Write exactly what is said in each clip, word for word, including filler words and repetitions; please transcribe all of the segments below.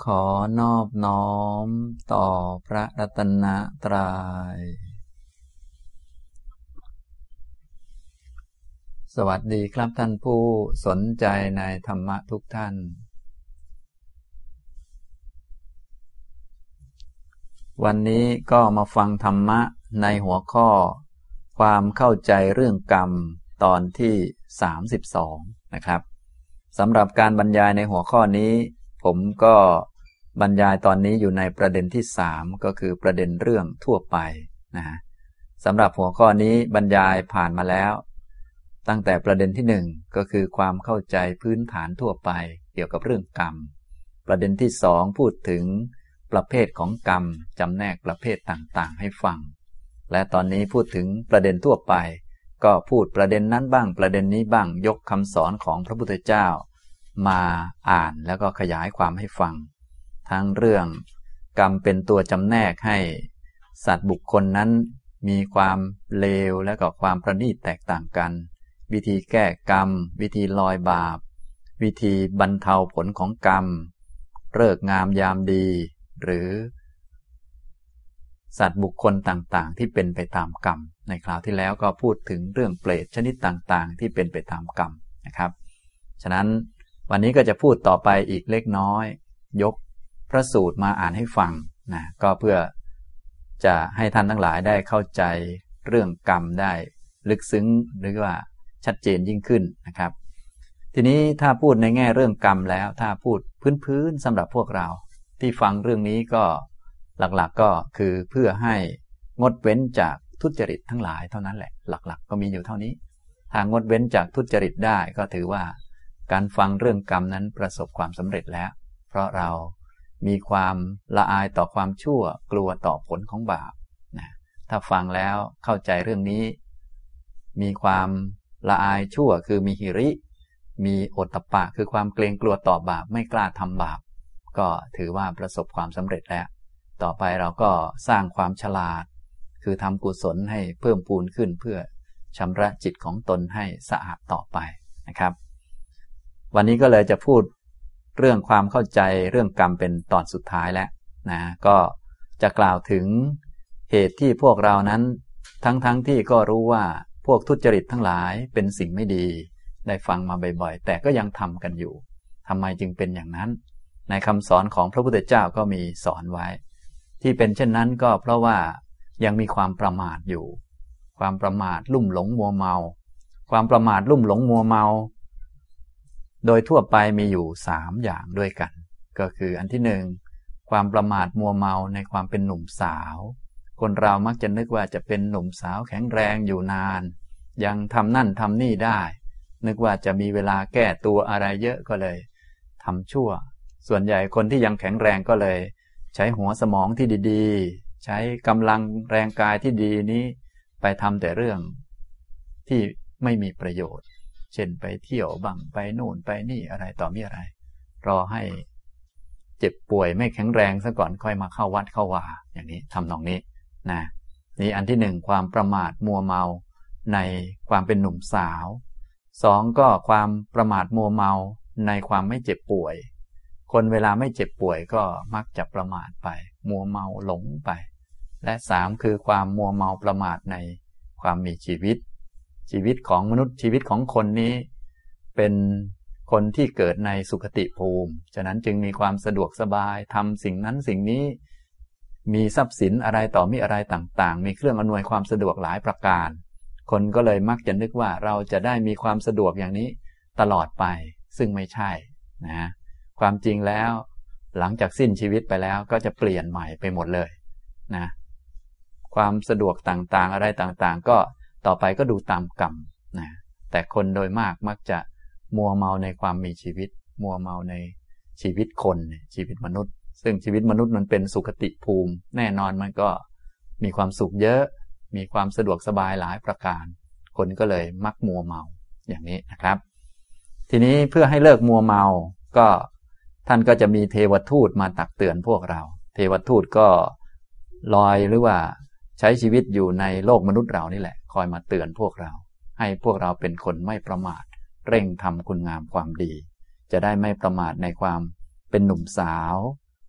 ขอนอบน้อมต่อพระรัตนตรัยสวัสดีครับท่านผู้สนใจในธรรมะทุกท่านวันนี้ก็มาฟังธรรมะในหัวข้อความเข้าใจเรื่องกรรมตอนที่สามสิบสองนะครับสำหรับการบรรยายในหัวข้อนี้ผมก็บรรยายตอนนี้อยู่ในประเด็นที่สามก็คือประเด็นเรื่องทั่วไปนะสำหรับหัวข้อนี้บรรยายผ่านมาแล้วตั้งแต่ประเด็นที่หนึ่งก็คือความเข้าใจพื้นฐานทั่วไปเกี่ยวกับเรื่องกรรมประเด็นที่สองพูดถึงประเภทของกรรมจำแนกประเภทต่างๆให้ฟังและตอนนี้พูดถึงประเด็นทั่วไปก็พูดประเด็นนั้นบ้างประเด็นนี้บ้างยกคำสอนของพระพุทธเจ้ามาอ่านแล้วก็ขยายความให้ฟังทั้งเรื่องกรรมเป็นตัวจำแนกให้สัตว์บุคคลนั้นมีความเลวและก็ความประณีตแตกต่างกันวิธีแก้กรรมวิธีลอยบาปวิธีบรรเทาผลของกรรมฤกษ์งามยามดีหรือสัตว์บุคคลต่างๆที่เป็นไปตามกรรมในคราวที่แล้วก็พูดถึงเรื่องเปรตชนิดต่างๆที่เป็นไปตามกรรมนะครับฉะนั้นวันนี้ก็จะพูดต่อไปอีกเล็กน้อยยกพระสูตรมาอ่านให้ฟังนะก็เพื่อจะให้ท่านทั้งหลายได้เข้าใจเรื่องกรรมได้ลึกซึ้งหรือว่าชัดเจนยิ่งขึ้นนะครับทีนี้ถ้าพูดในแง่เรื่องกรรมแล้วถ้าพูดพื้นๆสำหรับพวกเราที่ฟังเรื่องนี้ก็หลักๆก็คือเพื่อให้งดเว้นจากทุจริตทั้งหลายเท่านั้นแหละหลักๆก็มีอยู่เท่านี้ถ้างดเว้นจากทุจริตได้ก็ถือว่าการฟังเรื่องกรรมนั้นประสบความสำเร็จแล้วเพราะเรามีความละอายต่อความชั่วกลัวต่อผลของบาปนะถ้าฟังแล้วเข้าใจเรื่องนี้มีความละอายชั่วคือมีหิริมีโอตตัปปะคือความเกรงกลัวต่อบาปไม่กล้าทำบาปก็ถือว่าประสบความสำเร็จแล้วต่อไปเราก็สร้างความฉลาดคือทำกุศลให้เพิ่มพูนขึ้นเพื่อชำระจิตของตนให้สะอาดต่อไปนะครับวันนี้ก็เลยจะพูดเรื่องความเข้าใจเรื่องกรรมเป็นตอนสุดท้ายแล้วนะก็จะกล่าวถึงเหตุที่พวกเรานั้นทั้งๆ ท, ที่ก็รู้ว่าพวกทุจริตทั้งหลายเป็นสิ่งไม่ดีได้ฟังมาบ่อยๆแต่ก็ยังทำกันอยู่ทำไมจึงเป็นอย่างนั้นในคำสอนของพระพุทธเจ้าก็มีสอนไว้ที่เป็นเช่นนั้นก็เพราะว่ายังมีความประมาทอยู่ความประมาทลุ่มหลงมัวเมาความประมาทลุ่มหลงมัวเมาโดยทั่วไปมีอยู่สามอย่างด้วยกันก็คืออันที่หนึ่งความประมาทมัวเมาในความเป็นหนุ่มสาวคนเรามักจะนึกว่าจะเป็นหนุ่มสาวแข็งแรงอยู่นานยังทำนั่นทำนี่ได้นึกว่าจะมีเวลาแก้ตัวอะไรเยอะก็เลยทำชั่วส่วนใหญ่คนที่ยังแข็งแรงก็เลยใช้หัวสมองที่ดีๆใช้กำลังแรงกายที่ดีนี้ไปทำแต่เรื่องที่ไม่มีประโยชน์เช่นไปเที่ยวบังไปโน่นไปนี่อะไรต่อมีอะไรรอให้เจ็บป่วยไม่แข็งแรงซะก่อนค่อยมาเข้าวัดเข้าวาอย่างนี้ทำนองนี้นะนี่อันที่หนึ่งความประมาทมัวเมาในความเป็นหนุ่มสาวสองก็ความประมาทมัวเมาในความไม่เจ็บป่วยคนเวลาไม่เจ็บป่วยก็มักจะประมาทไปมัวเมาหลงไปและสามคือความมัวเมาประมาทในความมีชีวิตชีวิตของมนุษย์ชีวิตของคนนี้เป็นคนที่เกิดในสุคติภูมิฉะนั้นจึงมีความสะดวกสบายทำสิ่งนั้นสิ่งนี้มีทรัพย์สินอะไรต่อมีอะไรต่างๆมีเครื่องอำนวยความสะดวกหลายประการคนก็เลยมักจะนึกว่าเราจะได้มีความสะดวกอย่างนี้ตลอดไปซึ่งไม่ใช่นะความจริงแล้วหลังจากสิ้นชีวิตไปแล้วก็จะเปลี่ยนใหม่ไปหมดเลยนะความสะดวกต่างๆอะไรต่างๆก็ต่อไปก็ดูตามกรรมนะแต่คนโดยมากมักจะมัวเมาในความมีชีวิตมัวเมาในชีวิตคนชีวิตมนุษย์ซึ่งชีวิตมนุษย์มันเป็นสุคติภูมิแน่นอนมันก็มีความสุขเยอะมีความสะดวกสบายหลายประการคนก็เลยมักมัวเมาอย่างนี้นะครับทีนี้เพื่อให้เลิกมัวเมาก็ท่านก็จะมีเทวทูตมาตักเตือนพวกเราเทวทูตก็ลอยหรือว่าใช้ชีวิตอยู่ในโลกมนุษย์เรานี่แหละคอยมาเตือนพวกเราให้พวกเราเป็นคนไม่ประมาทเร่งทำคุณงามความดีจะได้ไม่ประมาทในความเป็นหนุ่มสาว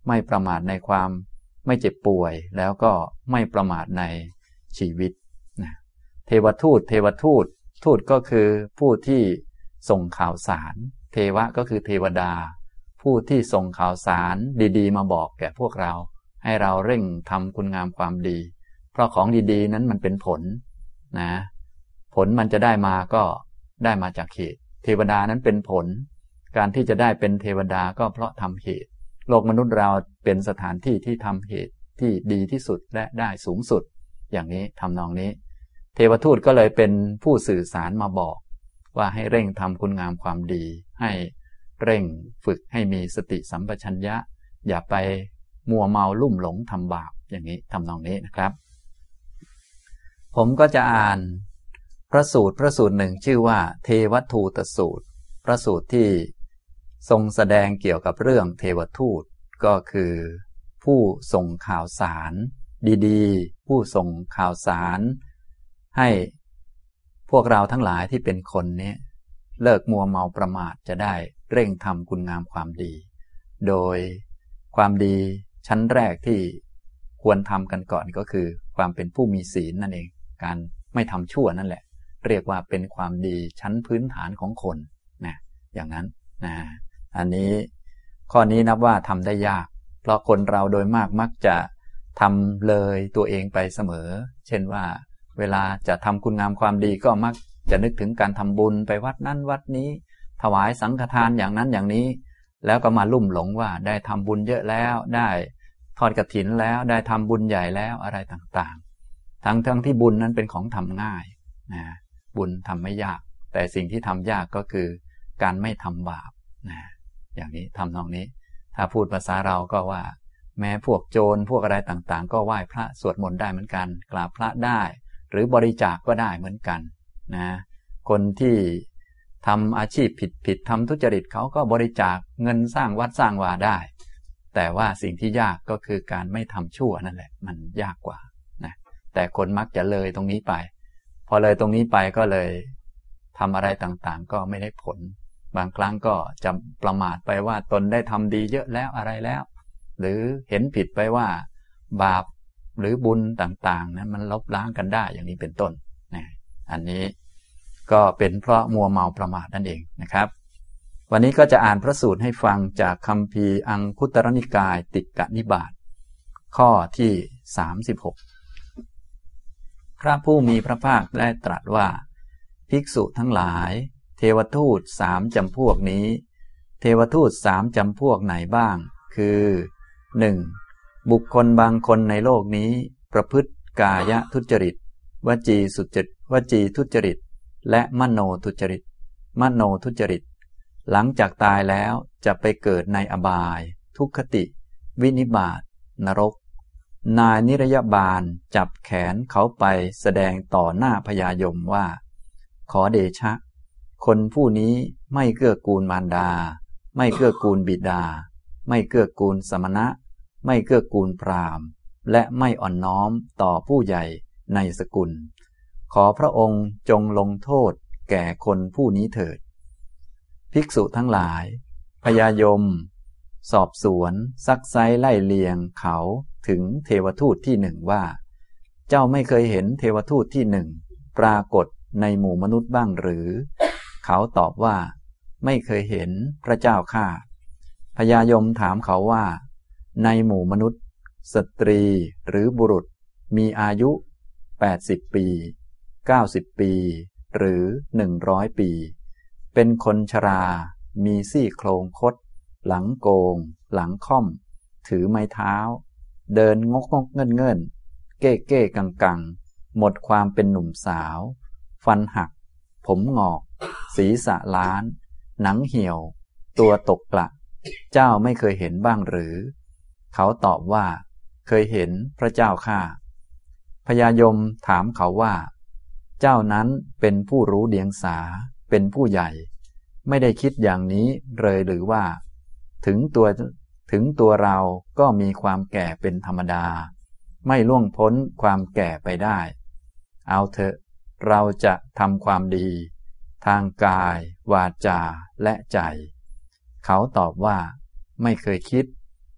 ไม่ประมาทในความไม่เจ็บป่วยแล้วก็ไม่ประมาทในชีวิตนะเทวทูตเทวทูตทูตก็คือผู้ที่ส่งข่าวสารเทวะก็คือเทวดาผู้ที่ส่งข่าวสารดีๆมาบอกแก่พวกเราให้เราเร่งทำคุณงามความดีเพราะของดีๆนั้นมันเป็นผลนะผลมันจะได้มาก็ได้มาจากเหตุเทวดานั้นเป็นผลการที่จะได้เป็นเทวดาก็เพราะทำเหตุโลกมนุษย์เราเป็นสถานที่ที่ทำเหตุที่ดีที่สุดและได้สูงสุดอย่างนี้ทำนองนี้เทวทูตก็เลยเป็นผู้สื่อสารมาบอกว่าให้เร่งทำคุณงามความดีให้เร่งฝึกให้มีสติสัมปชัญญะอย่าไปมัวเมาลุ่มหลงทำบาปอย่างนี้ทำนองนี้นะครับผมก็จะอ่านพระสูตรพระสูตรหนึ่งชื่อว่าเทวทูตสูตรพระสูตรที่ทรงแสดงเกี่ยวกับเรื่องเทวทูตก็คือผู้ส่งข่าวสารดีๆผู้ส่งข่าวสารให้พวกเราทั้งหลายที่เป็นคนนี้เลิกมัวเมาประมาทจะได้เร่งทำคุณงามความดีโดยความดีชั้นแรกที่ควรทำกันก่อนก็คือความเป็นผู้มีศีลนั่นเองการไม่ทำชั่วนั่นแหละเรียกว่าเป็นความดีชั้นพื้นฐานของคนนะอย่างนั้นนะอันนี้ข้อนี้นับว่าทำได้ยากเพราะคนเราโดยมากมักจะทำเลยตัวเองไปเสมอเช่นว่าเวลาจะทำคุณงามความดีก็มักจะนึกถึงการทำบุญไปวัดนั้นวัดนี้ถวายสังฆทานอย่างนั้นอย่างนี้แล้วก็มาลุ่มหลงว่าได้ทำบุญเยอะแล้วได้ทอดกฐินแล้วได้ทำบุญใหญ่แล้วอะไรต่างๆทั้งทั้งที่บุญนั้นเป็นของทำง่ายนะบุญทำไม่ยากแต่สิ่งที่ทำยากก็คือการไม่ทำบาปนะอย่างนี้ทำนองนี้ถ้าพูดภาษาเราก็ว่าแม้พวกโจรพวกอะไรต่างๆก็ไหว้พระสวดมนต์ได้เหมือนกันกราบพระได้หรือบริจาค ก็ได้เหมือนกันนะคนที่ทำอาชีพผิดๆทำทุจริตเขาก็บริจาคเงินสร้างวัดสร้างวาได้แต่ว่าสิ่งที่ยากก็คือการไม่ทำชั่วนั่นแหละมันยากกว่านะแต่คนมักจะเลยตรงนี้ไปพอเลยตรงนี้ไปก็เลยทำอะไรต่างๆก็ไม่ได้ผลบางครั้งก็จะประมาทไปว่าตนได้ทำดีเยอะแล้วอะไรแล้วหรือเห็นผิดไปว่าบาปหรือบุญต่างๆนั้นมันลบล้างกันได้อย่างนี้เป็นต้นนะอันนี้ก็เป็นเพราะมัวเมาประมาทนั่นเองนะครับวันนี้ก็จะอ่านพระสูตรให้ฟังจากคัมภีร์อังคุตรนิกายติกนิบาตข้อที่สามสิบหกพระผู้มีพระภาคได้ตรัสว่าภิกษุทั้งหลายเทวทูตสามจำพวกนี้เทวทูตสามจำพวกไหนบ้างคือหนึ่งบุคคลบางคนในโลกนี้ประพฤติกายทุจริตวจีสุจริตวจีทุจริตและมโนทุจริตมโนทุจริตหลังจากตายแล้วจะไปเกิดในอบายทุกขติวินิบาตนรกนายนิรยบาลจับแขนเขาไปแสดงต่อหน้าพญายมว่าขอเดชะคนผู้นี้ไม่เกื้อกูลมารดาไม่เกื้อกูลบิดาไม่เกื้อกูลสมณะไม่เกื้อกูลพราหมณ์และไม่อ่อนน้อมต่อผู้ใหญ่ในสกุลขอพระองค์จงลงโทษแก่คนผู้นี้เถิดภิกษุทั้งหลายพญายมสอบสวนซักไซไล่เลียงเขาถึงเทวทูตที่หนึ่งว่าเจ้าไม่เคยเห็นเทวทูตที่หนึ่งปรากฏในหมู่มนุษย์บ้างหรือเขาตอบว่าไม่เคยเห็นพระเจ้าข้าพญายมถามเขาว่าในหมู่มนุษย์สตรีหรือบุรุษมีอายุแปดสิบปีเก้าสิบปีหรือหนึ่งร้อยปีเป็นคนชรามีซี่โครงคดหลังโกงหลังค่อมถือไม้เท้าเดินงกงกเงินเงินเก้เก้กังกังหมดความเป็นหนุ่มสาวฟันหักผมงอกศีรษะล้านหนังเหี่ยวตัวตกกระเจ้าไม่เคยเห็นบ้างหรือเขาตอบว่าเคยเห็นพระเจ้าข้าพญายมถามเขาว่าเจ้านั้นเป็นผู้รู้เดียงสาเป็นผู้ใหญ่ไม่ได้คิดอย่างนี้เลยหรือว่าถึงตัวถึงตัวเราก็มีความแก่เป็นธรรมดาไม่ล่วงพ้นความแก่ไปได้เอาเถอะเราจะทำความดีทางกายวาจาและใจเขาตอบว่าไม่เคยคิด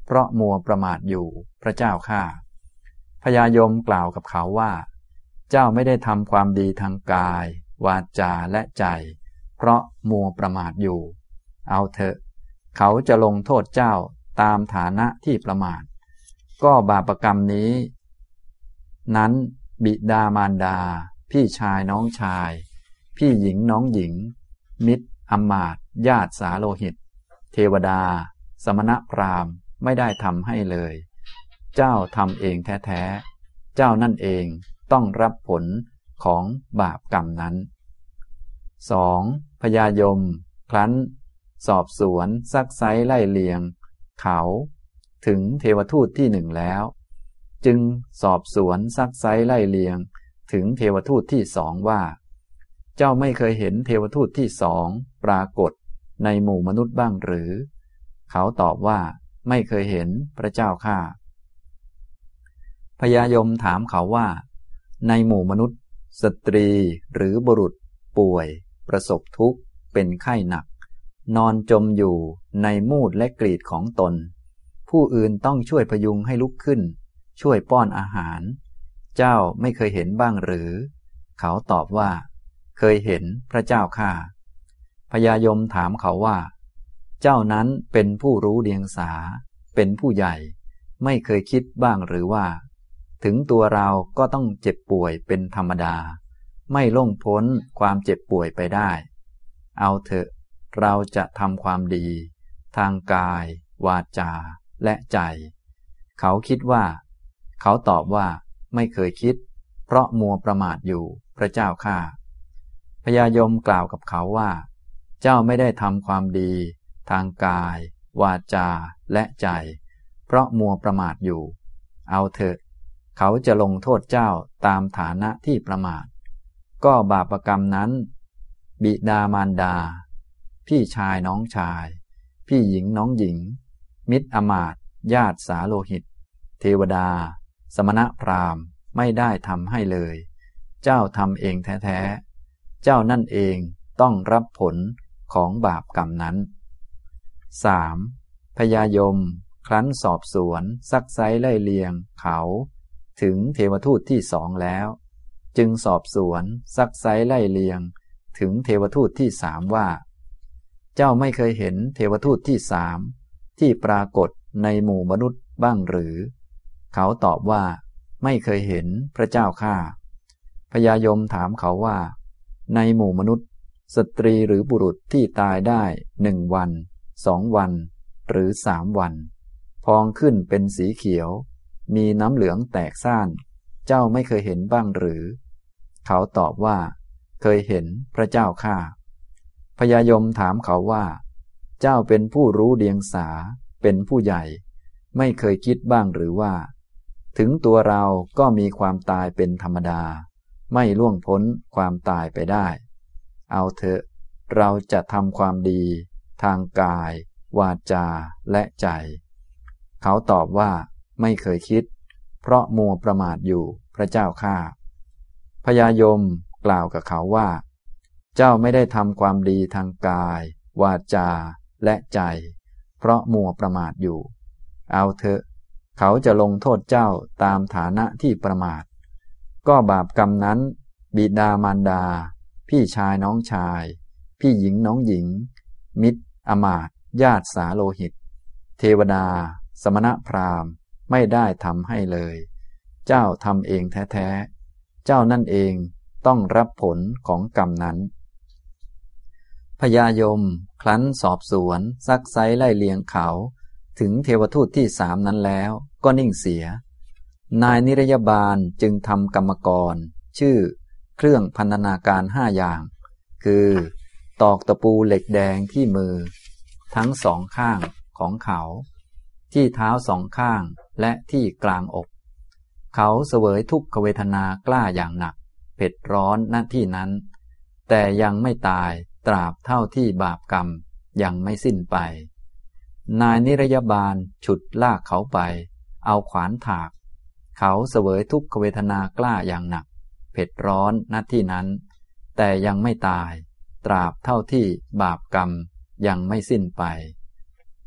เพราะมัวประมาทอยู่พระเจ้าข้าพญายมกล่าวกับเขาว่าเจ้าไม่ได้ทำความดีทางกายวาจาและใจเพราะมัวประมาทอยู่เอาเถอะเขาจะลงโทษเจ้าตามฐานะที่ประมาทก็บาปกรรมนี้นั้นบิดามารดาพี่ชายน้องชายพี่หญิงน้องหญิงมิตรอำมาตย์ญาติสาโลหิตเทวดาสมณพราหมณ์ไม่ได้ทำให้เลยเจ้าทำเองแท้ๆเจ้านั่นเองต้องรับผลของบาปกรรมนั้น สอง. พญายมครั้นสอบสวนซักไซ้ไล่เลียงเขาถึงเทวทูตที่หนึ่งแล้วจึงสอบสวนซักไซ้ไล่เลียงถึงเทวทูตที่สองว่าเจ้าไม่เคยเห็นเทวทูตที่สองปรากฏในหมู่มนุษย์บ้างหรือเขาตอบว่าไม่เคยเห็นพระเจ้าข้าพญายมถามเขาว่าในหมู่มนุษย์สตรีหรือบุรุษป่วยประสบทุกข์เป็นไข้หนักนอนจมอยู่ในมูดและกรีดของตนผู้อื่นต้องช่วยพยุงให้ลุกขึ้นช่วยป้อนอาหารเจ้าไม่เคยเห็นบ้างหรือเขาตอบว่าเคยเห็นพระเจ้าข้าพญายมถามเขาว่าเจ้านั้นเป็นผู้รู้เดียงสาเป็นผู้ใหญ่ไม่เคยคิดบ้างหรือว่าถึงตัวเราก็ต้องเจ็บป่วยเป็นธรรมดาไม่ล่วงพ้นความเจ็บป่วยไปได้เอาเถอะเราจะทำความดีทางกายวาจาและใจเขาคิดว่าเขาตอบว่าไม่เคยคิดเพราะมัวประมาทอยู่พระเจ้าข้าพญายมกล่าวกับเขาว่าเจ้าไม่ได้ทำความดีทางกายวาจาและใจเพราะมัวประมาทอยู่เอาเถอะเขาจะลงโทษเจ้าตามฐานะที่ประมาทก็บาปกรรมนั้นบิดามารดาพี่ชายน้องชายพี่หญิงน้องหญิงมิตรอมาตย์ญาติสาโลหิตเทวดาสมณพราหมณ์ไม่ได้ทำให้เลยเจ้าทำเองแท้ๆเจ้านั่นเองต้องรับผลของบาปกรรมนั้น สาม. พญายมครั้นสอบสวนซักไซ้ไล่เลียงเขาถึงเทวทูตที่สองแล้วจึงสอบสวนซักไซ้ไล่เลียงถึงเทวทูตที่สามว่าเจ้าไม่เคยเห็นเทวทูตที่สามที่ปรากฏในหมู่มนุษย์บ้างหรือเขาตอบว่าไม่เคยเห็นพระเจ้าข้าพญายมถามเขาว่าในหมู่มนุษย์สตรีหรือบุรุษที่ตายได้หนึ่งวันสองวันหรือสามวันพองขึ้นเป็นสีเขียวมีน้ำเหลืองแตกซ่านเจ้าไม่เคยเห็นบ้างหรือเขาตอบว่าเคยเห็นพระเจ้าข้าพญายมถามเขาว่าเจ้าเป็นผู้รู้เดียงสาเป็นผู้ใหญ่ไม่เคยคิดบ้างหรือว่าถึงตัวเราก็มีความตายเป็นธรรมดาไม่ล่วงพ้นความตายไปได้เอาเถอะเราจะทำความดีทางกายวาจาและใจเขาตอบว่าไม่เคยคิดเพราะมัวประมาทอยู่พระเจ้าข้าพญายมกล่าวกับเขาว่าเจ้าไม่ได้ทำความดีทางกายวาจาและใจเพราะมัวประมาทอยู่เอาเถอะเขาจะลงโทษเจ้าตามฐานะที่ประมาทก็บาปกรรมนั้นบิดามารดาพี่ชายน้องชายพี่หญิงน้องหญิงมิตรอมาตย์ญาติสาโลหิตเทวดาสมณพราหมณ์ไม่ได้ทำให้เลยเจ้าทำเองแท้ๆเจ้านั่นเองต้องรับผลของกรรมนั้นพญายมครั้นสอบสวนซักไซ้ไล่เลียงเขาถึงเทวทูตที่สามนั้นแล้วก็นิ่งเสียนายนิรยบาลจึงทำกรรมกรชื่อเครื่องพันธนาการห้าอย่างคือตอกตะปูเหล็กแดงที่มือทั้งสองข้างของเขาที่เท้าสองข้างและที่กลางอกเขาเสวยทุกขเวทนากล้าอย่างหนักเผ็ดร้อนณที่นั้นแต่ยังไม่ตายตราบเท่าที่บาปกรรมยังไม่สิ้นไปนายนิรยบาลฉุดลากเขาไปเอาขวานถากเขาเสวยทุกขเวทนากล้าอย่างหนักเผ็ดร้อนณที่นั้นแต่ยังไม่ตายตราบเท่าที่บาปกรรมยังไม่สิ้นไป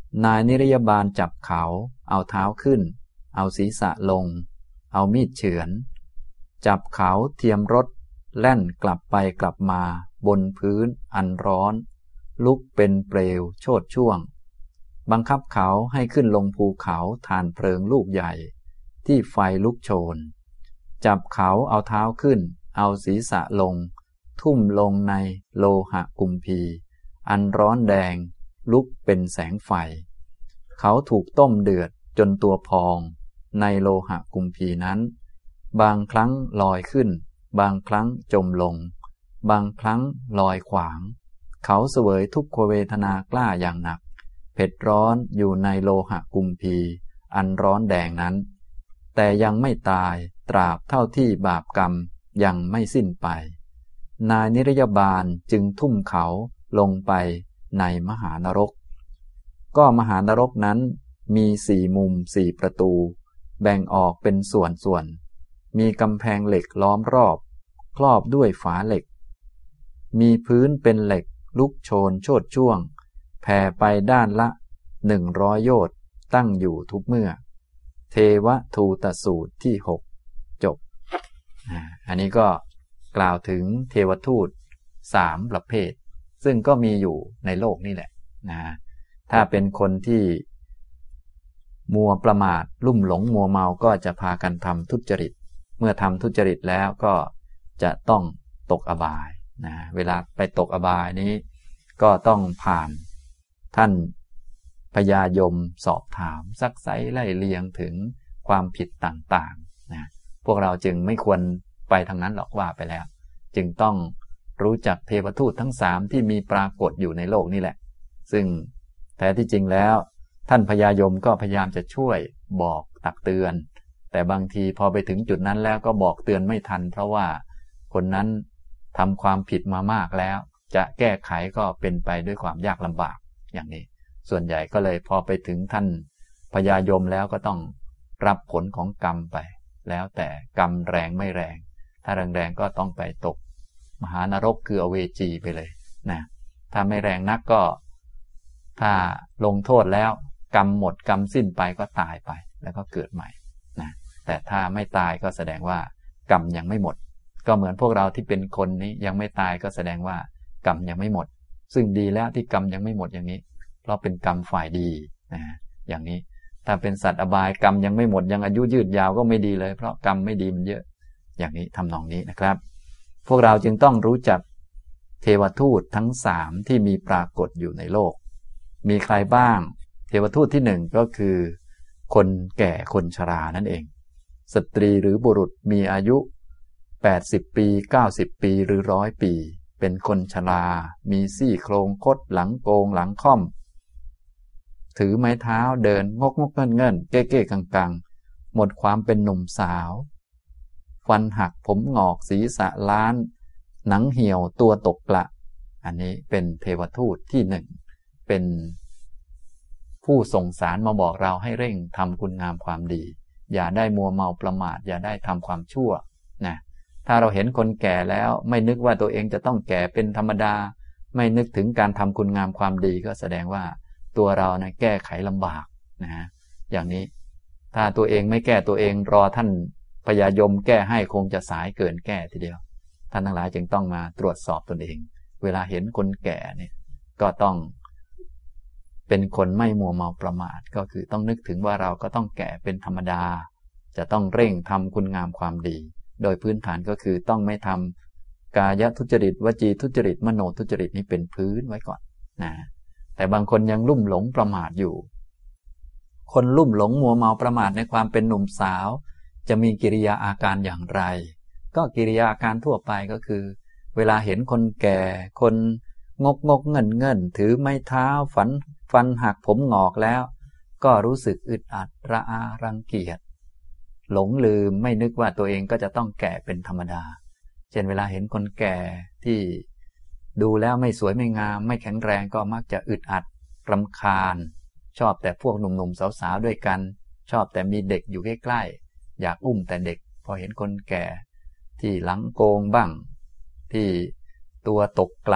นายนิรยาบาลจับเขาเอาเท้าขึ้นเอาศีรษะลงเอามีดเฉือนจับเขาเทียมรถแล่นกลับไปกลับมาบนพื้นอันร้อนลุกเป็นเปลวโชติช่วงบังคับเขาให้ขึ้นลงภูเขาถ่านเพลิงลูกใหญ่ที่ไฟลุกโชนจับเขาเอาเท้าขึ้นเอาศีรษะลงทุ่มลงในโลหะกุมพีอันร้อนแดงลุกเป็นแสงไฟเขาถูกต้มเดือดจนตัวพองในโลหะกุมพีนั้นบางครั้งลอยขึ้นบางครั้งจมลงบางครั้งลอยขวางเขาเสวยทุกขเวทนากล้าอย่างหนักเผ็ดร้อนอยู่ในโลหะกุมพีอันร้อนแดงนั้นแต่ยังไม่ตายตราบเท่าที่บาปกรรมยังไม่สิ้นไปนายนิรยาบาลจึงทุ่มเขาลงไปในมหานรกก็มหานรกนั้นมีสี่มุมสี่ประตูแบ่งออกเป็นส่วนๆมีกำแพงเหล็กล้อมรอบครอบด้วยฝาเหล็กมีพื้นเป็นเหล็กลุกโชนโชติช่วงแผ่ไปด้านละหนึ่งร้อยโยชน์ตั้งอยู่ทุกเมื่อเทวทูตสูตรที่หกจบ อ, อันนี้ก็กล่าวถึงเทวทูตสามประเภทซึ่งก็มีอยู่ในโลกนี่แหละนะถ้าเป็นคนที่มัวประมาทลุ่มหลงมัวเมาก็จะพากันทำทุจริตเมื่อทำทุจริตแล้วก็จะต้องตกอบายนะเวลาไปตกอบายนี้ก็ต้องผ่านท่านพญายมสอบถามซักไซ้ไล่เลียงถึงความผิดต่างๆนะพวกเราจึงไม่ควรไปทางนั้นหรอกว่าไปแล้วจึงต้องรู้จักเทวทูตทั้งสามที่มีปรากฏอยู่ในโลกนี่แหละซึ่งแท้ที่จริงแล้วท่านพญายมก็พยายามจะช่วยบอกตักเตือนแต่บางทีพอไปถึงจุดนั้นแล้วก็บอกเตือนไม่ทันเพราะว่าคนนั้นทำความผิดมามากแล้วจะแก้ไขก็เป็นไปด้วยความยากลำบากอย่างนี้ส่วนใหญ่ก็เลยพอไปถึงท่านพญายมแล้วก็ต้องรับผลของกรรมไปแล้วแต่กรรมแรงไม่แรงถ้าแรงๆก็ต้องไปตกมหานรกคืออเวจีไปเลยนะถ้าไม่แรงนักก็ถ้าลงโทษแล้วกรรมหมดกรรมสิ้นไปก็ตายไปแล้วก็เกิดใหม่นะแต่ถ้าไม่ตายก็แสดงว่ากรรมยังไม่หมดก็เหมือนพวกเราที่เป็นคนนี้ยังไม่ตายก็แสดงว่ากรรมยังไม่หมดซึ่งดีแล้วที่กรรมยังไม่หมดอย่างนี้เพราะเป็นกรรมฝ่ายดีนะอย่างนี้ถ้าเป็นสัตว์อบายกรรมยังไม่หมดยังอายุยืดยาวก็ไม่ดีเลยเพราะกรรมไม่ดีมันเยอะอย่างนี้ทำนองนี้นะครับพวกเราจึงต้องรู้จักเทวทูตทั้งสามที่มีปรากฏอยู่ในโลกมีใครบ้างเทวทูตที่หนึ่งก็คือคนแก่คนชรานั่นเองสตรีหรือบุรุษมีอายุแปดสิบปีเก้าสิบปีหรือร้อยปีเป็นคนชรามีซี่โครงคดหลังโกงหลังค่อมถือไม้เท้าเดินงกงกเงินเงินเก้เก้กังกังหมดความเป็นหนุ่มสาวฟันหักผมงอกศีรษะล้านหนังเหี่ยวตัวตกกระอันนี้เป็นเทวทูตที่หนึ่งเป็นผู้ส่งสารมาบอกเราให้เร่งทำคุณงามความดีอย่าได้มัวเมาประมาทอย่าได้ทำความชั่วนะถ้าเราเห็นคนแก่แล้วไม่นึกว่าตัวเองจะต้องแก่เป็นธรรมดาไม่นึกถึงการทำคุณงามความดีก็แสดงว่าตัวเรานะแก้ไขลำบากนะอย่างนี้ถ้าตัวเองไม่แก้ตัวเองรอท่านพญายมแก้ให้คงจะสายเกินแก้ทีเดียวท่านทั้งหลายจึงต้องมาตรวจสอบตนเองเวลาเห็นคนแก่เนี่ยก็ต้องเป็นคนไม่มัวเมาประมาทก็คือต้องนึกถึงว่าเราก็ต้องแก่เป็นธรรมดาจะต้องเร่งทำคุณงามความดีโดยพื้นฐานก็คือต้องไม่ทำกายทุจริตวจีทุจริตมโนทุจริตนี้เป็นพื้นไว้ก่อนนะแต่บางคนยังลุ่มหลงประมาทอยู่คนลุ่มหลงมัวเมาประมาทในความเป็นหนุ่มสาวจะมีกิริยาอาการอย่างไรก็กิริยาอาการทั่วไปก็คือเวลาเห็นคนแก่คนงกงกเงินเงินถือไม้เท้าฝันฟันหักผมงอกแล้วก็รู้สึกอึดอัดระอารังเกียจหลงลืมไม่นึกว่าตัวเองก็จะต้องแก่เป็นธรรมดาเช่นเวลาเห็นคนแก่ที่ดูแล้วไม่สวยไม่งามไม่แข็งแรงก็มักจะอึดอัดรำคาญชอบแต่พวกหนุ่มๆสาวๆด้วยกันชอบแต่มีเด็กอยู่ใกล้ๆอยากอุ้มแต่เด็กพอเห็นคนแก่ที่หลังโกงบ้างที่ตัวตกกระ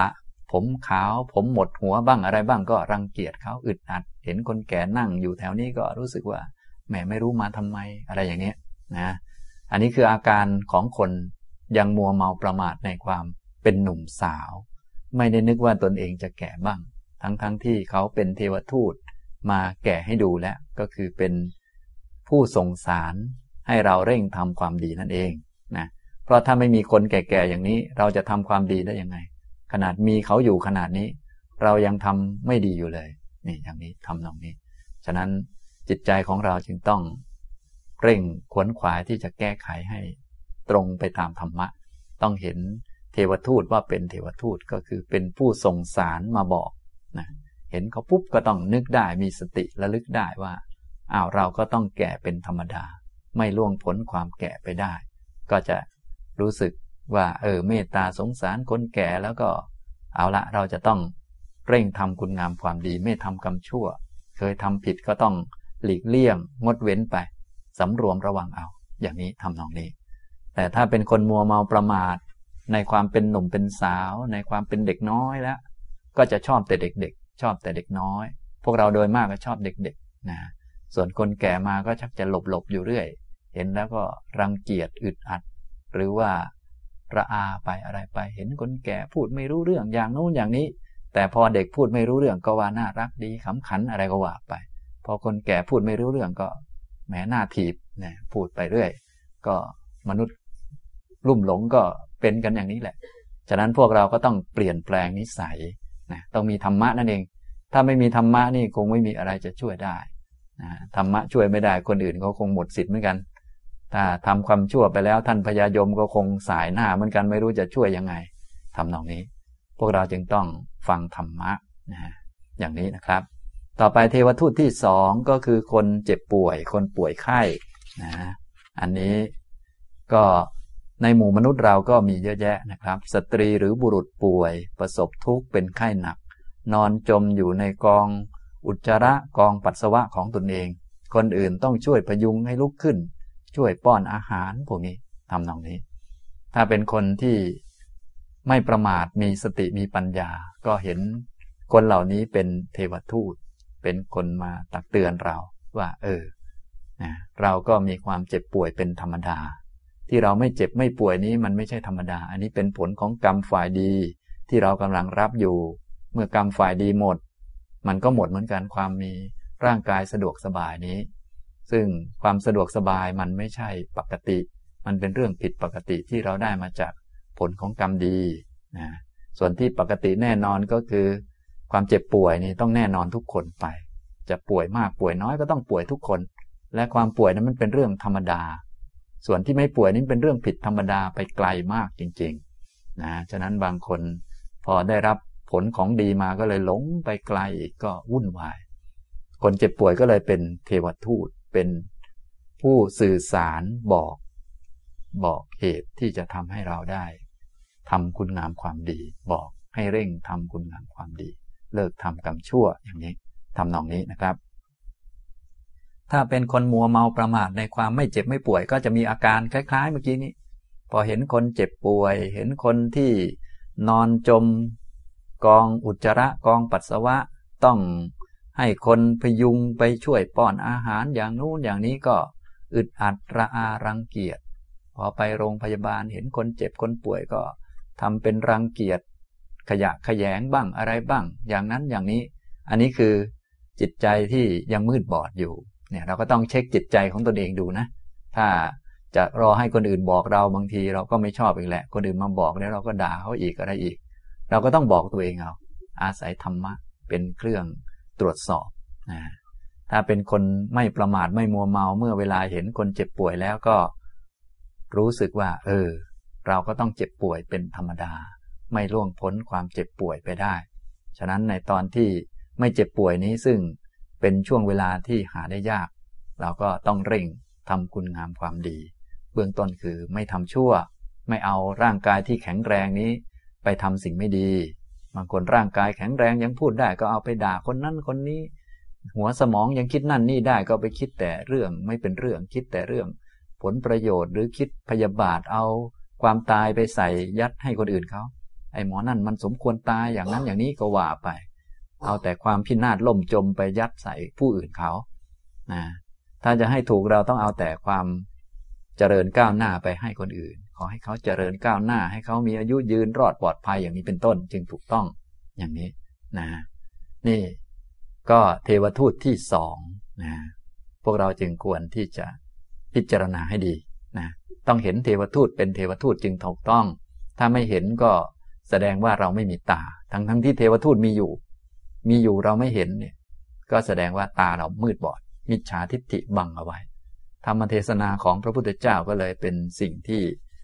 ผมขาวผมหมดหัวบ้างอะไรบ้างก็รังเกียจเขาอึดอัดเห็นคนแก่นั่งอยู่แถวนี้ก็รู้สึกว่าแหมไม่รู้มาทำไมอะไรอย่างนี้นะอันนี้คืออาการของคนยังมัวเมาประมาทในความเป็นหนุ่มสาวไม่ได้นึกว่าตนเองจะแก่บ้างทั้งๆ ท, ที่เขาเป็นเทวทูตมาแก่ให้ดูแล้วก็คือเป็นผู้ส่งสารให้เราเร่งทำความดีนั่นเองนะเพราะถ้าไม่มีคนแก่ๆอย่างนี้เราจะทำความดีได้ยังไงขนาดมีเขาอยู่ขนาดนี้เรายังทำไม่ดีอยู่เลยนี่อย่างนี้ทำตรงนี้ฉะนั้นจิตใจของเราจึงต้องเร่งขวนขวายที่จะแก้ไขให้ตรงไปตามธรรมะต้องเห็นเทวทูตว่าเป็นเทวทูตก็คือเป็นผู้ส่งสารมาบอกนะเห็นเขาปุ๊บก็ต้องนึกได้มีสติระลึกได้ว่าอ้าวเราก็ต้องแก่เป็นธรรมดาไม่ล่วงพ้นความแก่ไปได้ก็จะรู้สึกว่าเออเมตตาสงสารคนแก่แล้วก็เอาละเราจะต้องเร่งทำคุณงามความดีไม่ทำกรรมชั่วเคยทำผิดก็ต้องหลีกเลี่ยงงดเว้นไปสำรวมระวังเอาอย่างนี้ทำนองนี้แต่ถ้าเป็นคนมัวเมาประมาทในความเป็นหนุ่มเป็นสาวในความเป็นเด็กน้อยแล้วก็จะชอบแต่เด็กๆชอบแต่เด็กน้อยพวกเราโดยมากก็ชอบเด็กๆนะส่วนคนแก่มาก็ชักจะหลบๆอยู่เรื่อยเห็นแล้วก็รังเกียจอึดอัดหรือว่าระอาไปอะไรไปเห็นคนแก่พูดไม่รู้เรื่องอย่างโน้นอย่างนี้แต่พอเด็กพูดไม่รู้เรื่องก็ว่าน่ารักดีขำขันอะไรก็ว่าไปพอคนแก่พูดไม่รู้เรื่องก็แหมหน้าถีบนะพูดไปเรื่อยก็มนุษย์ลุ่มหลงก็เป็นกันอย่างนี้แหละฉะนั้นพวกเราก็ต้องเปลี่ยนแปลงนิสัยนะต้องมีธรรมะนั่นเองถ้าไม่มีธรรมะนี่คงไม่มีอะไรจะช่วยได้นะธรรมะช่วยไม่ได้คนอื่นเขาคงหมดสิทธิ์เหมือนกันถ้าทำความชั่วไปแล้วท่านพญายมก็คงสายหน้าเหมือนกันไม่รู้จะช่วยยังไงทำนองนี้พวกเราจึงต้องฟังธรรมะนะอย่างนี้นะครับต่อไปเทวทูตที่สองก็คือคนเจ็บป่วยคนป่วยไข้นะอันนี้ก็ในหมู่มนุษย์เราก็มีเยอะแยะนะครับสตรีหรือบุรุษป่วยประสบทุกข์เป็นไข้หนักนอนจมอยู่ในกองอุจจาระกองปัสสาวะของตนเองคนอื่นต้องช่วยพยุงให้ลุกขึ้นช่วยป้อนอาหารพวกนี้ทำนองนี้ถ้าเป็นคนที่ไม่ประมาทมีสติมีปัญญาก็เห็นคนเหล่านี้เป็นเทวทูตเป็นคนมาตักเตือนเราว่าเออนะเราก็มีความเจ็บป่วยเป็นธรรมดาที่เราไม่เจ็บไม่ป่วยนี้มันไม่ใช่ธรรมดาอันนี้เป็นผลของกรรมฝ่ายดีที่เรากำลังรับอยู่เมื่อกรรมฝ่ายดีหมดมันก็หมดเหมือนกันความมีร่างกายสะดวกสบายนี้ซึ่งความสะดวกสบายมันไม่ใช่ปกติมันเป็นเรื่องผิดปกติที่เราได้มาจากผลของกรรมดีนะส่วนที่ปกติแน่นอนก็คือความเจ็บป่วยนี่ต้องแน่นอนทุกคนไปจะป่วยมากป่วยน้อยก็ต้องป่วยทุกคนและความป่วยนั้นมันเป็นเรื่องธรรมดาส่วนที่ไม่ป่วยนี่เป็นเรื่องผิดธรรมดาไปไกลมากจริงๆนะฉะนั้นบางคนพอได้รับผลของดีมาก็เลยหลงไปไกลอีกก็วุ่นวายคนเจ็บป่วยก็เลยเป็นเทวทูตเป็นผู้สื่อสารบอกบอกเหตุที่จะทำให้เราได้ทำคุณงามความดีบอกให้เร่งทำคุณงามความดีเลิกทำกรรมชั่วอย่างนี้ทำนองนี้นะครับถ้าเป็นคนมัวเมาประมาทในความไม่เจ็บไม่ป่วยก็จะมีอาการคล้ายๆเมื่อกี้นี้พอเห็นคนเจ็บป่วยเห็นคนที่นอนจมกองอุจจาระกองปัสสาวะต้องให้คนพยุงไปช่วยป้อนอาหารอย่างนู้นอย่างนี้ก็อึดอัดระอารังเกียจพอไปโรงพยาบาลเห็นคนเจ็บคนป่วยก็ทำเป็นรังเกียจขยะแขยงบ้างอะไรบ้างอย่างนั้นอย่างนี้อันนี้คือจิตใจที่ยังมืดบอดอยู่เนี่ยเราก็ต้องเช็คจิตใจของตนเองดูนะถ้าจะรอให้คนอื่นบอกเราบางทีเราก็ไม่ชอบอีกแหละคนอื่นมาบอกแล้วเราก็ด่าเขาอีกอะไรอีกเราก็ต้องบอกตัวเองเอาอาศัยธรรมะเป็นเครื่องตรวจสอบนะถ้าเป็นคนไม่ประมาทไม่มัวเมาเมื่อเวลาเห็นคนเจ็บป่วยแล้วก็รู้สึกว่าเออเราก็ต้องเจ็บป่วยเป็นธรรมดาไม่ล่วงพ้นความเจ็บป่วยไปได้ฉะนั้นในตอนที่ไม่เจ็บป่วยนี้ซึ่งเป็นช่วงเวลาที่หาได้ยากเราก็ต้องเร่งทำคุณงามความดีเบื้องต้นคือไม่ทำชั่วไม่เอาร่างกายที่แข็งแรงนี้ไปทำสิ่งไม่ดีบางคนร่างกายแข็งแรงยังพูดได้ก็เอาไปด่าคนนั้นคนนี้หัวสมองยังคิดนั่นนี่ได้ก็ไปคิดแต่เรื่องไม่เป็นเรื่องคิดแต่เรื่องผลประโยชน์หรือคิดพยาบาทเอาความตายไปใส่ยัดให้คนอื่นเขาไอ้หมอนั่นมันสมควรตายอย่างนั้นอย่างนี้ก็ว่าไปเอาแต่ความพินาศล่มจมไปยัดใส่ผู้อื่นเขานะถ้าจะให้ถูกเราต้องเอาแต่ความเจริญก้าวหน้าไปให้คนอื่นขอให้เขาเจริญก้าวหน้าให้เขามีอายุยืนรอดปลอดภัยอย่างนี้เป็นต้นจึงถูกต้องอย่างนี้นะนี่ก็เทวทูตที่สองนะพวกเราจึงควรที่จะพิจารณาให้ดีนะต้องเห็นเทวทูตเป็นเทวทูตจึงถูกต้องถ้าไม่เห็นก็แสดงว่าเราไม่มีตาทั้งทั้งที่เทวทูตมีอยู่มีอยู่เราไม่เห็นเนี่ยก็แสดงว่าตาเรามืดบอดมิจฉาทิฏฐิบังเอาไว้ธรรมเทศนาของพระพุทธเจ้าก็เลยเป็นสิ่งที่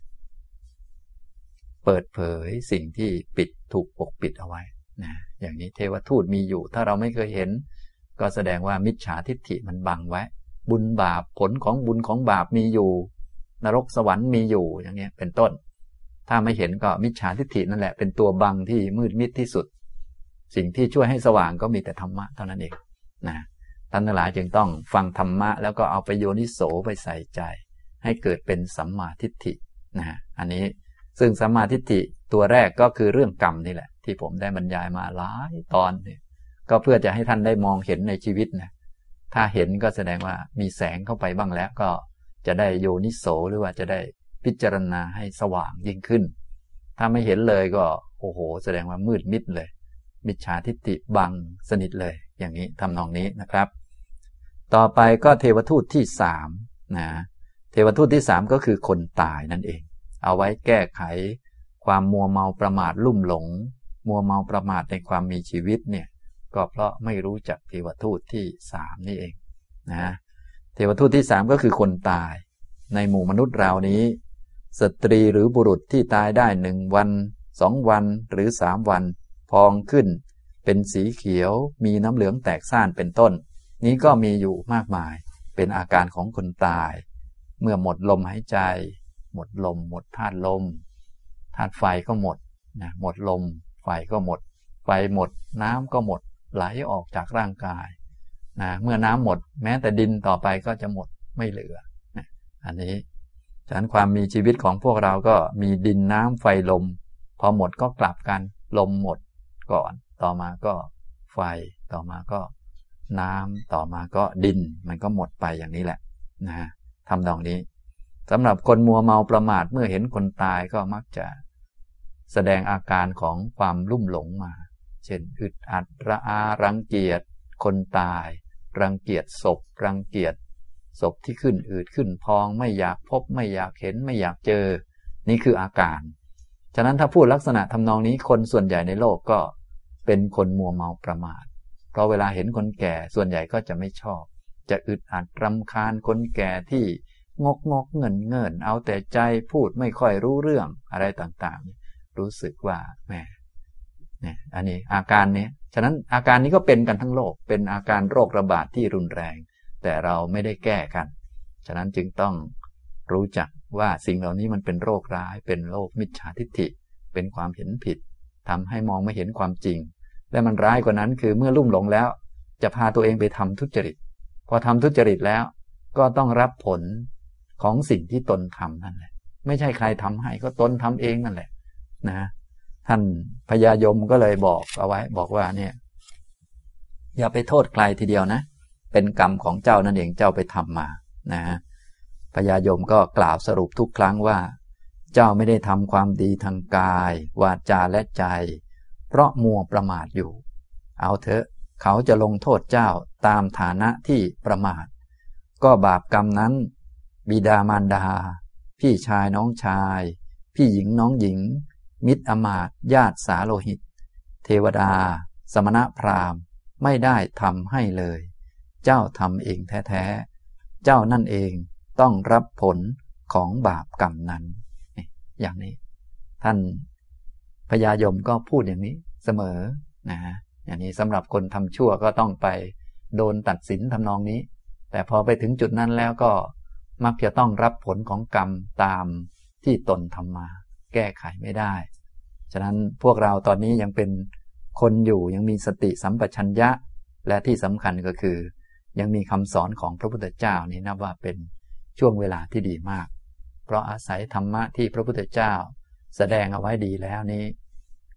เปิดเผยสิ่งที่ปิดถูกปกปิดเอาไว้นะอย่างนี้เทวทูตมีอยู่ถ้าเราไม่เคยเห็นก็แสดงว่ามิจฉาทิฏฐิมันบังไว้บุญบาปผลของบุญของบาปมีอยู่นรกสวรรค์มีอยู่อย่างนี้เป็นต้นถ้าไม่เห็นก็มิจฉาทิฏฐินั่นแหละเป็นตัวบังที่มืดมิดที่สุดสิ่งที่ช่วยให้สว่างก็มีแต่ธรรมะเท่านั้นเองนะท่านทั้งหลายจึงต้องฟังธรรมะแล้วก็เอาไปโยนิโสไปใส่ใจให้เกิดเป็นสัมมาทิฏฐินะอันนี้ซึ่งสัมมาทิฏฐิตัวแรกก็คือเรื่องกรรมนี่แหละที่ผมได้บรรยายมาหลายตอนเนี่ยก็เพื่อจะให้ท่านได้มองเห็นในชีวิตนะถ้าเห็นก็แสดงว่ามีแสงเข้าไปบ้างแล้วก็จะได้โยนิโสหรือว่าจะได้พิจารณาให้สว่างยิ่งขึ้นถ้าไม่เห็นเลยก็โอ้โหแสดงว่ามืดมิดเลยมิจฉาทิฏฐิบังสนิทเลยอย่างนี้ทำนองนี้นะครับต่อไปก็เทวทูตที่สามนะเทวทูตที่สามก็คือคนตายนั่นเองเอาไว้แก้ไขความมัวเมาประมาทลุ่มหลงมัวเมาประมาทในความมีชีวิตเนี่ยก็เพราะไม่รู้จักเทวทูตที่สามนี่เองนะเทวทูตที่สามก็คือคนตายในหมู่มนุษย์เรานี้สตรีหรือบุรุษที่ตายได้หนึ่งวันสองวันหรือสามวันพองขึ้นเป็นสีเขียวมีน้ำเหลืองแตกซ่านเป็นต้นนี้ก็มีอยู่มากมายเป็นอาการของคนตายเมื่อหมดลมหายใจหมดลมหมดธาตุลมธาตุไฟก็หมดนะหมดลมไฟก็หมดไฟหมดน้ำก็หมดไหลออกจากร่างกายนะเมื่อน้ำหมดแม้แต่ดินต่อไปก็จะหมดไม่เหลือนะอันนี้ฉะนั้นความมีชีวิตของพวกเราก็มีดินน้ำไฟลมพอหมดก็กลับกันลมหมดก่อนต่อมาก็ไฟต่อมาก็น้ำต่อมาก็ดินมันก็หมดไปอย่างนี้แหละนะทำดองนี้สำหรับคนมัวเมาประมาทเมื่อเห็นคนตายก็มักจะแสดงอาการของความลุ่มหลงมาเช่นอึดอัดระอารังเกียจคนตายรังเกียจศพรังเกียจศพที่ขึ้นอืดขึ้นพองไม่อยากพบไม่อยากเห็นไม่อยากเจอนี่คืออาการฉะนั้นถ้าพูดลักษณะทำนองนี้คนส่วนใหญ่ในโลกก็เป็นคนมัวเมาประมาทเพราะเวลาเห็นคนแก่ส่วนใหญ่ก็จะไม่ชอบจะอึดอัดรำคาญคนแก่ที่งกงกเงินเงินเอาแต่ใจพูดไม่ค่อยรู้เรื่องอะไรต่างๆรู้สึกว่าแหมเนี่ยอันนี้อาการนี้ฉะนั้นอาการนี้ก็เป็นกันทั้งโลกเป็นอาการโรคระบาดที่รุนแรงแต่เราไม่ได้แก้กันฉะนั้นจึงต้องรู้จักว่าสิ่งเหล่านี้มันเป็นโรคร้ายเป็นโรคมิจฉาทิฏฐิเป็นความเห็นผิดทำให้มองไม่เห็นความจริงและมันร้ายกว่านั้นคือเมื่อลุ่มหลงแล้วจะพาตัวเองไปทำทุจริตพอทำทุจริตแล้วก็ต้องรับผลของสิ่งที่ตนทำนั่นแหละไม่ใช่ใครทำให้ก็ตนทำเองนั่นแหละนะท่านพญายมก็เลยบอกเอาไว้บอกว่าเนี่ยอย่าไปโทษใครทีเดียวนะเป็นกรรมของเจ้านั่นเองเจ้าไปทำมานะพญายมก็กล่าวสรุปทุกครั้งว่าเจ้าไม่ได้ทำความดีทางกายวาจาและใจเพราะมัวประมาทอยู่เอาเถอะเขาจะลงโทษเจ้าตามฐานะที่ประมาทก็บาปกรรมนั้นบิดามารดาพี่ชายน้องชายพี่หญิงน้องหญิงมิตรอมาตย์ญาติสาโลหิตเทวดาสมณพราหมณ์ไม่ได้ทำให้เลยเจ้าทำเองแท้ๆเจ้านั่นเองต้องรับผลของบาปกรรมนั้นอย่างนี้ท่านพญายมก็พูดอย่างนี้เสมอนะอย่างนี้สำหรับคนทำชั่วก็ต้องไปโดนตัดสินทำนองนี้แต่พอไปถึงจุดนั้นแล้วก็มักจะต้องรับผลของกรรมตามที่ตนทำมาแก้ไขไม่ได้ฉะนั้นพวกเราตอนนี้ยังเป็นคนอยู่ยังมีสติสัมปชัญญะและที่สำคัญก็คือยังมีคำสอนของพระพุทธเจ้านี่นับว่าเป็นช่วงเวลาที่ดีมากเพราะอาศัยธรรมะที่พระพุทธเจ้าแสดงเอาไว้ดีแล้วนี้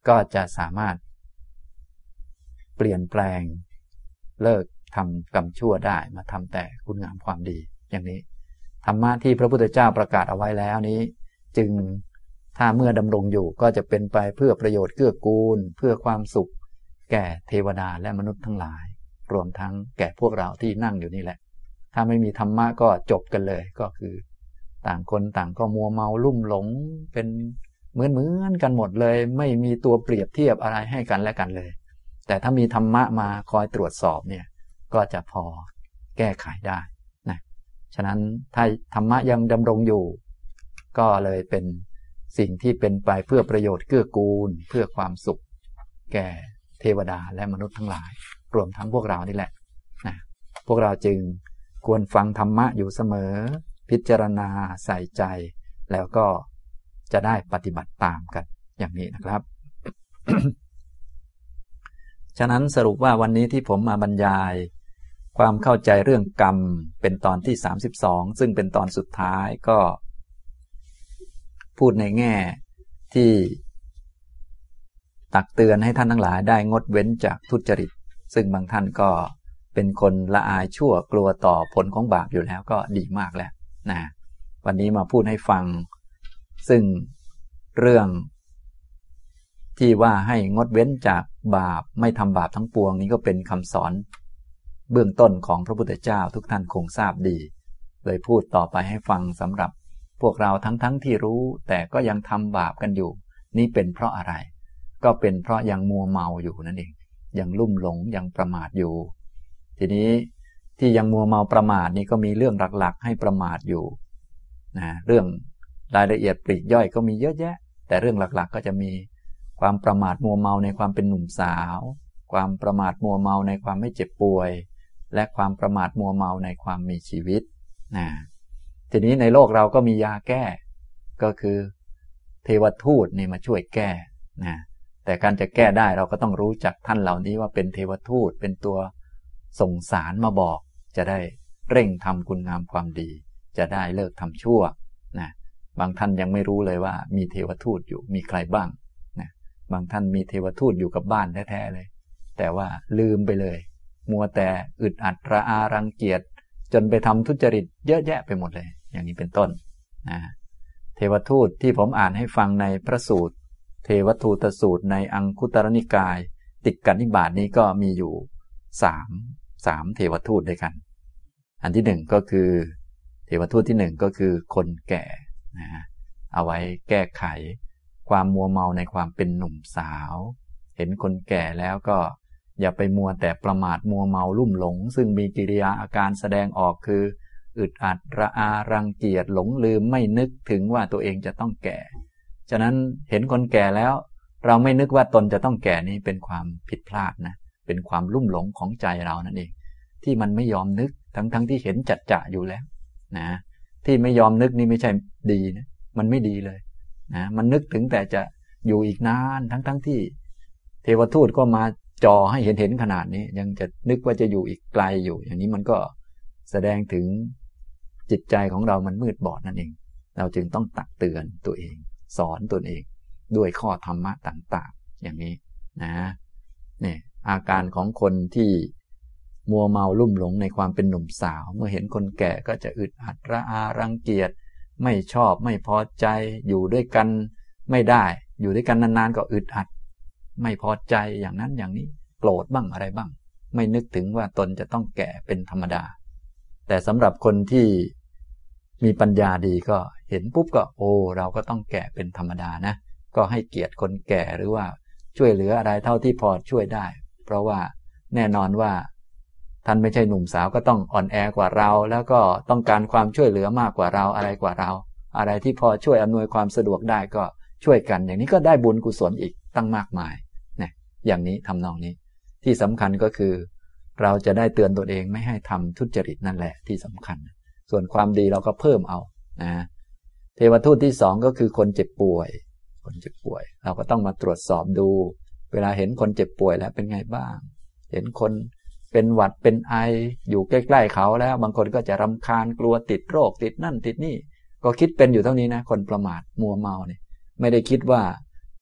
ก็จะสามารถเปลี่ยนแปลงเลิกทำกรรมชั่วได้มาทำแต่คุณงามความดีอย่างนี้ธรรมะที่พระพุทธเจ้าประกาศเอาไว้แล้วนี้จึงถ้าเมื่อดำรงอยู่ก็จะเป็นไปเพื่อประโยชน์เกื้อกูลเพื่อความสุขแก่เทวดาและมนุษย์ทั้งหลายรวมทั้งแก่พวกเราที่นั่งอยู่นี่แหละถ้าไม่มีธรรมะก็จบกันเลยก็คือต่างคนต่างก็มัวเมาลุ่มหลงเป็นเหมือนเหมือนกันหมดเลยไม่มีตัวเปรียบเทียบอะไรให้กันและกันเลยแต่ถ้ามีธรรมะมาคอยตรวจสอบเนี่ยก็จะพอแก้ไขได้นะฉะนั้นถ้าธรรมะยังดำรงอยู่ก็เลยเป็นสิ่งที่เป็นไปเพื่อประโยชน์เกื้อกูลเพื่อความสุขแก่เทวดาและมนุษย์ทั้งหลายรวมทั้งพวกเรานี่แหละนะพวกเราจึงควรฟังธรรมะอยู่เสมอพิจารณาใส่ใจแล้วก็จะได้ปฏิบัติตามกันอย่างนี้นะครับ ฉะนั้นสรุปว่าวันนี้ที่ผมมาบรรยายความเข้าใจเรื่องกรรมเป็นตอนที่สามสิบสองซึ่งเป็นตอนสุดท้ายก็พูดในแง่ที่ตักเตือนให้ท่านทั้งหลายได้งดเว้นจากทุจริตซึ่งบางท่านก็เป็นคนละอายชั่วกลัวต่อผลของบาปอยู่แล้วก็ดีมากแล้วนะวันนี้มาพูดให้ฟังซึ่งเรื่องที่ว่าให้งดเว้นจากบาปไม่ทำบาปทั้งปวงนี้ก็เป็นคำสอนเบื้องต้นของพระพุทธเจ้าทุกท่านคงทราบดีเลยพูดต่อไปให้ฟังสำหรับพวกเราทั้งๆ ท, ที่รู้แต่ก็ยังทำบาปกันอยู่นี่เป็นเพราะอะไรก็เป็นเพราะยังมัวเมาอยู่นั่นเองยังลุ่มหลงยังประมาทอยู่ทีนี้ที่ยังมัวเมาประมาทนี่ก็มีเรื่องหลักๆให้ประมาทอยู่นะเรื่องรายละเอียดปลีกย่อยก็มีเยอะแยะแต่เรื่องหลักๆก็จะมีความประมาทมัวเมาในความเป็นหนุ่มสาวความประมาทมัวเมาในความไม่เจ็บป่วยและความประมาทมัวเมาในความมีชีวิตนะทีนี้ในโลกเราก็มียาแก้ก็คือเทวทูตนี่มาช่วยแก้นะแต่การจะแก้ได้เราก็ต้องรู้จักท่านเหล่านี้ว่าเป็นเทวทูตเป็นตัวส่งสารมาบอกจะได้เร่งทำคุณงามความดีจะได้เลิกทำชั่วนะบางท่านยังไม่รู้เลยว่ามีเทวทูตอยู่มีใครบ้างนะบางท่านมีเทวทูตอยู่กับบ้านแท้ๆเลยแต่ว่าลืมไปเลยมัวแต่อึดอัดระอารังเกียจจนไปทำทุจริตเยอะแยะไปหมดเลยอย่างนี้เป็นต้นนะเทวทูตที่ผมอ่านให้ฟังในพระสูตรเทวทูตสูตรในอังคุตรนิกายติกนิบาตนี้ก็มีอยู่สามสามเทวทูตด้วยกันอันที่หนึ่งก็คือเทวทูตที่หนึ่งก็คือคนแก่นะเอาไว้แก้ไขความมัวเมาในความเป็นหนุ่มสาวเห็นคนแก่แล้วก็อย่าไปมัวแต่ประมาทมัวเมาลุ่มหลงซึ่งมีกิริยาอาการแสดงออกคืออึดอัดระอารังเกียจหลงลืมไม่นึกถึงว่าตัวเองจะต้องแก่ฉะนั้นเห็นคนแก่แล้วเราไม่นึกว่าตนจะต้องแก่นี้เป็นความผิดพลาดนะเป็นความลุ่มหลงของใจเรานั่นเองที่มันไม่ยอมนึกทั้งทั้งที่เห็นจัดจะอยู่แล้วนะที่ไม่ยอมนึกนี่ไม่ใช่ดีนะมันไม่ดีเลยนะมันนึกถึงแต่จะอยู่อีกนานทั้งทั้งที่เทวทูตก็มาจอให้เห็นเห็นขนาดนี้ยังจะนึกว่าจะอยู่อีกไกลอยู่อย่างนี้มันก็แสดงถึงจิตใจของเรามันมืดบอดนั่นเองเราจึงต้องตักเตือนตัวเองสอนตัวเองด้วยข้อธรรมะต่างๆอย่างนี้นะนี่อาการของคนที่มัวเมาลุ่มหลงในความเป็นหนุ่มสาวเมื่อเห็นคนแก่ก็จะอึดอัดระอารังเกียจไม่ชอบไม่พอใจอยู่ด้วยกันไม่ได้อยู่ด้วยกันนานๆก็อึดอัดไม่พอใจอย่างนั้นอย่างนี้โกรธบ้างอะไรบ้างไม่นึกถึงว่าตนจะต้องแก่เป็นธรรมดาแต่สำหรับคนที่มีปัญญาดีก็เห็นปุ๊บก็โอ้เราก็ต้องแก่เป็นธรรมดานะก็ให้เกียรติคนแก่หรือว่าช่วยเหลืออะไรเท่าที่พอช่วยได้เพราะว่าแน่นอนว่าท่านไม่ใช่หนุ่มสาวก็ต้องอ่อนแอกว่าเราแล้วก็ต้องการความช่วยเหลือมากกว่าเราอะไรกว่าเราอะไรที่พอช่วยอำนวยความสะดวกได้ก็ช่วยกันอย่างนี้ก็ได้บุญกุศลอีกตั้งมากมายเนี่ยอย่างนี้ทำนองนี้ที่สำคัญก็คือเราจะได้เตือนตัวเองไม่ให้ทำทุจริตนั่นแหละที่สำคัญส่วนความดีเราก็เพิ่มเอานะเทวทูตที่สองก็คือคนเจ็บป่วยคนเจ็บป่วยเราก็ต้องมาตรวจสอบดูเวลาเห็นคนเจ็บป่วยแล้วเป็นไงบ้างเห็นคนเป็นหวัดเป็นไออยู่ใกล้ๆเขาแล้วบางคนก็จะรำคาญกลัวติดโรคติดนั่นติดนี่ก็คิดเป็นอยู่เท่านี้นะคนประมาทมัวเมาเนี่ยไม่ได้คิดว่า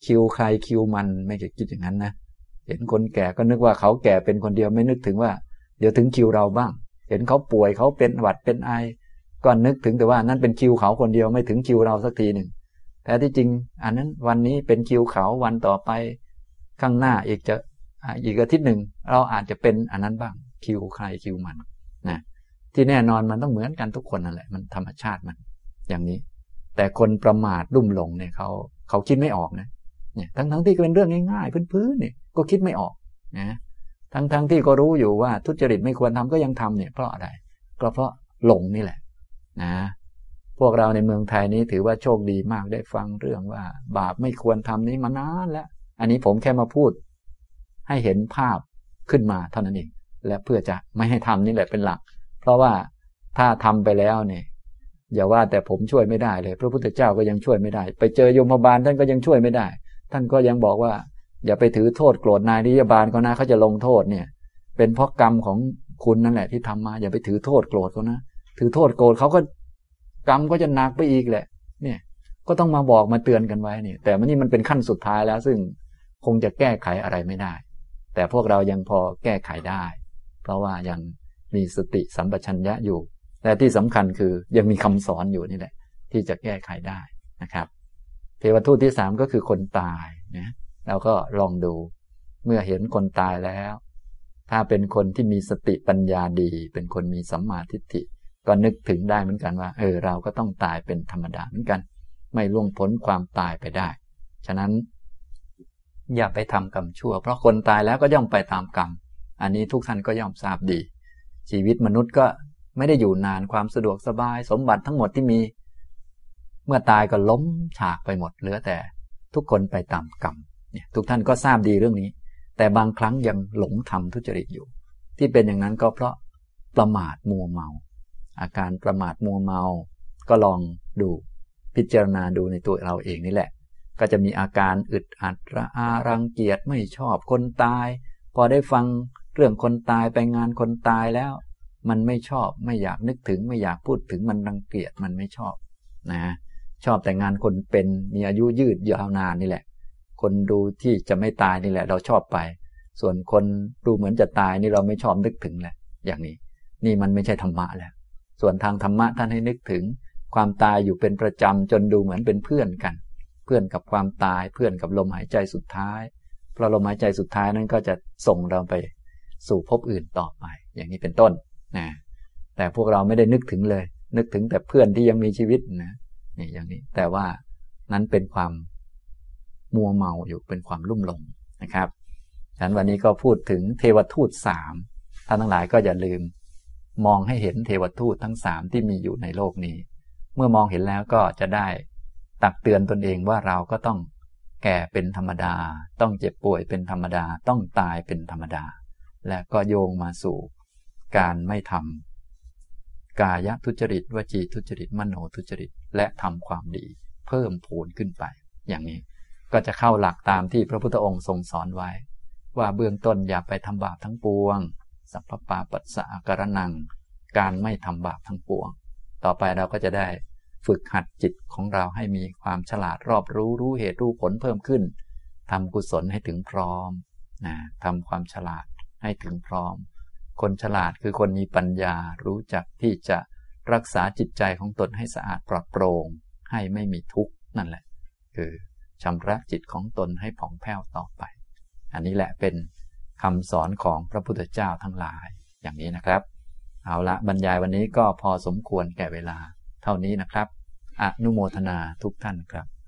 คิวใครคิวมันไม่เคยคิดอย่างนั้นนะเห็นคนแก่ก็นึกว่าเขาแก่เป็นคนเดียวไม่นึกถึงว่าเดี๋ยวถึงคิวเราบ้างเห็นเขาป่วยเขาเป็นหวัดเป็นไอก็นึกถึงแต่ว่านั่นเป็นคิวเขาคนเดียวไม่ถึงคิวเราสักทีหนึ่งแต่ที่จริงอันนั้นวันนี้เป็นคิวเขาวันต่อไปข้างหน้าอีกจะอีกอาทิตย์หนึ่งเราอาจจะเป็นอันนั้นบ้างคิวใครคิวมันนะที่แน่นอนมันต้องเหมือนกันทุกคนนั่นแหละมันธรรมชาติมันอย่างนี้แต่คนประมาทลุ่มหลงเนี่ยเขาเขาคิดไม่ออกนะเนี่ยทั้งทั้งที่เป็นเรื่องง่ายๆพื้นๆเนี่ยก็คิดไม่ออกนะทั้งทั้งที่ก็รู้อยู่ว่าทุจริตไม่ควรทำก็ยังทำเนี่ยเพราะอะไรก็เพราะหลงนี่แหละนะพวกเราในเมืองไทยนี้ถือว่าโชคดีมากได้ฟังเรื่องว่าบาปไม่ควรทำนี้มานานแล้วอันนี้ผมแค่มาพูดให้เห็นภาพขึ้นมาเท่านั้นเองและเพื่อจะไม่ให้ทำนี่แหละเป็นหลักเพราะว่าถ้าทำไปแล้วเนี่ยอย่าว่าแต่ผมช่วยไม่ได้เลยพระพุทธเจ้าก็ยังช่วยไม่ได้ไปเจอโยมบาลท่านก็ยังช่วยไม่ได้ท่านก็ยังบอกว่าอย่าไปถือโทษโกรธนายนิยบาลเขานะเขาจะลงโทษเนี่ยเป็นเพราะกรรมของคุณนั่นแหละที่ทำมาอย่าไปถือโทษโกรธเขานะถือโทษโกรธเขาก็กรรมก็จะหนักไปอีกแหละเนี่ยก็ต้องมาบอกมาเตือนกันไว้เนี่ยแต่มันนี่มันเป็นขั้นสุดท้ายแล้วซึ่งคงจะแก้ไขอะไรไม่ได้แต่พวกเรายังพอแก้ไขได้เพราะว่ายังมีสติสัมปชัญญะอยู่และที่สำคัญคือยังมีคำสอนอยู่นี่แหละที่จะแก้ไขได้นะครับเทวทูตที่สามก็คือคนตายนะเราก็ลองดูเมื่อเห็นคนตายแล้วถ้าเป็นคนที่มีสติปัญญาดีเป็นคนมีสัมมาทิฏฐิก็นึกถึงได้เหมือนกันว่าเออเราก็ต้องตายเป็นธรรมดาเหมือนกันไม่ล่วงพ้นความตายไปได้ฉะนั้นอย่าไปทำกรรมชั่วเพราะคนตายแล้วก็ย่อมไปตามกรรมอันนี้ทุกท่านก็ย่อมทราบดีชีวิตมนุษย์ก็ไม่ได้อยู่นานความสะดวกสบายสมบัติทั้งหมดที่มีเมื่อตายก็ล้มฉากไปหมดเหลือแต่ทุกคนไปตามกรรมเนี่ยทุกท่านก็ทราบดีเรื่องนี้แต่บางครั้งยังหลงทำทุจริตอยู่ที่เป็นอย่างนั้นก็เพราะประมาทมัวเมาอาการประมาทมัวเมาก็ลองดูพิจารณาดูในตัวเราเองนี่แหละก็จะมีอาการอึดอัดระอารังเกียจไม่ชอบคนตายพอได้ฟังเรื่องคนตายไปงานคนตายแล้วมันไม่ชอบไม่อยากนึกถึงไม่อยากพูดถึงมันรังเกียจมันไม่ชอบนะชอบแต่งานคนเป็นมีอายุยืดยาวนานนี่แหละคนดูที่จะไม่ตายนี่แหละเราชอบไปส่วนคนดูเหมือนจะตายนี่เราไม่ชอบนึกถึงแหละอย่างนี้นี่มันไม่ใช่ธรรมะแล้วส่วนทางธรรมะท่านให้นึกถึงความตายอยู่เป็นประจำจนดูเหมือนเป็นเพื่อนกันเพื่อนกับความตายเพื่อนกับลมหายใจสุดท้ายเพราะลมหายใจสุดท้ายนั้นก็จะส่งเราไปสู่ภพอื่นต่อไปอย่างนี้เป็นต้นนะแต่พวกเราไม่ได้นึกถึงเลยนึกถึงแต่เพื่อนที่ยังมีชีวิตนะนี่อย่างนี้แต่ว่านั้นเป็นความมัวเมาอยู่เป็นความลุ่มหลงนะครับฉะนั้นวันนี้ก็พูดถึงเทวทูตสามท่านทั้งหลายก็อย่าลืมมองให้เห็นเทวทูตทั้งสามที่มีอยู่ในโลกนี้เมื่อมองเห็นแล้วก็จะได้ตักเตือนตนเองว่าเราก็ต้องแก่เป็นธรรมดาต้องเจ็บป่วยเป็นธรรมดาต้องตายเป็นธรรมดาและก็โยงมาสู่การไม่ทำกายทุจริตวจีทุจริตมโนทุจริตและทำความดีเพิ่มพูนขึ้นไปอย่างนี้ก็จะเข้าหลักตามที่พระพุทธองค์ทรงสอนไว้ว่าเบื้องต้นอย่าไปทำบาปทั้งปวงสัพพปาปัสสะอาการนังการไม่ทำบาปทั้งปวงต่อไปเราก็จะได้ฝึกหัดจิตของเราให้มีความฉลาดรอบรู้รู้เหตุรู้ผลเพิ่มขึ้นทำกุศลให้ถึงพร้อมนะทำความฉลาดให้ถึงพร้อมคนฉลาดคือคนมีปัญญารู้จักที่จะรักษาจิตใจของตนให้สะอาดปลอดโปร่งให้ไม่มีทุกข์นั่นแหละคือชำระจิตของตนให้ผ่องแผ้วต่อไปอันนี้แหละเป็นคำสอนของพระพุทธเจ้าทั้งหลายอย่างนี้นะครับเอาละบรรยายวันนี้ก็พอสมควรแก่เวลาเท่านี้นะครับอนุโมทนาทุกท่านครับ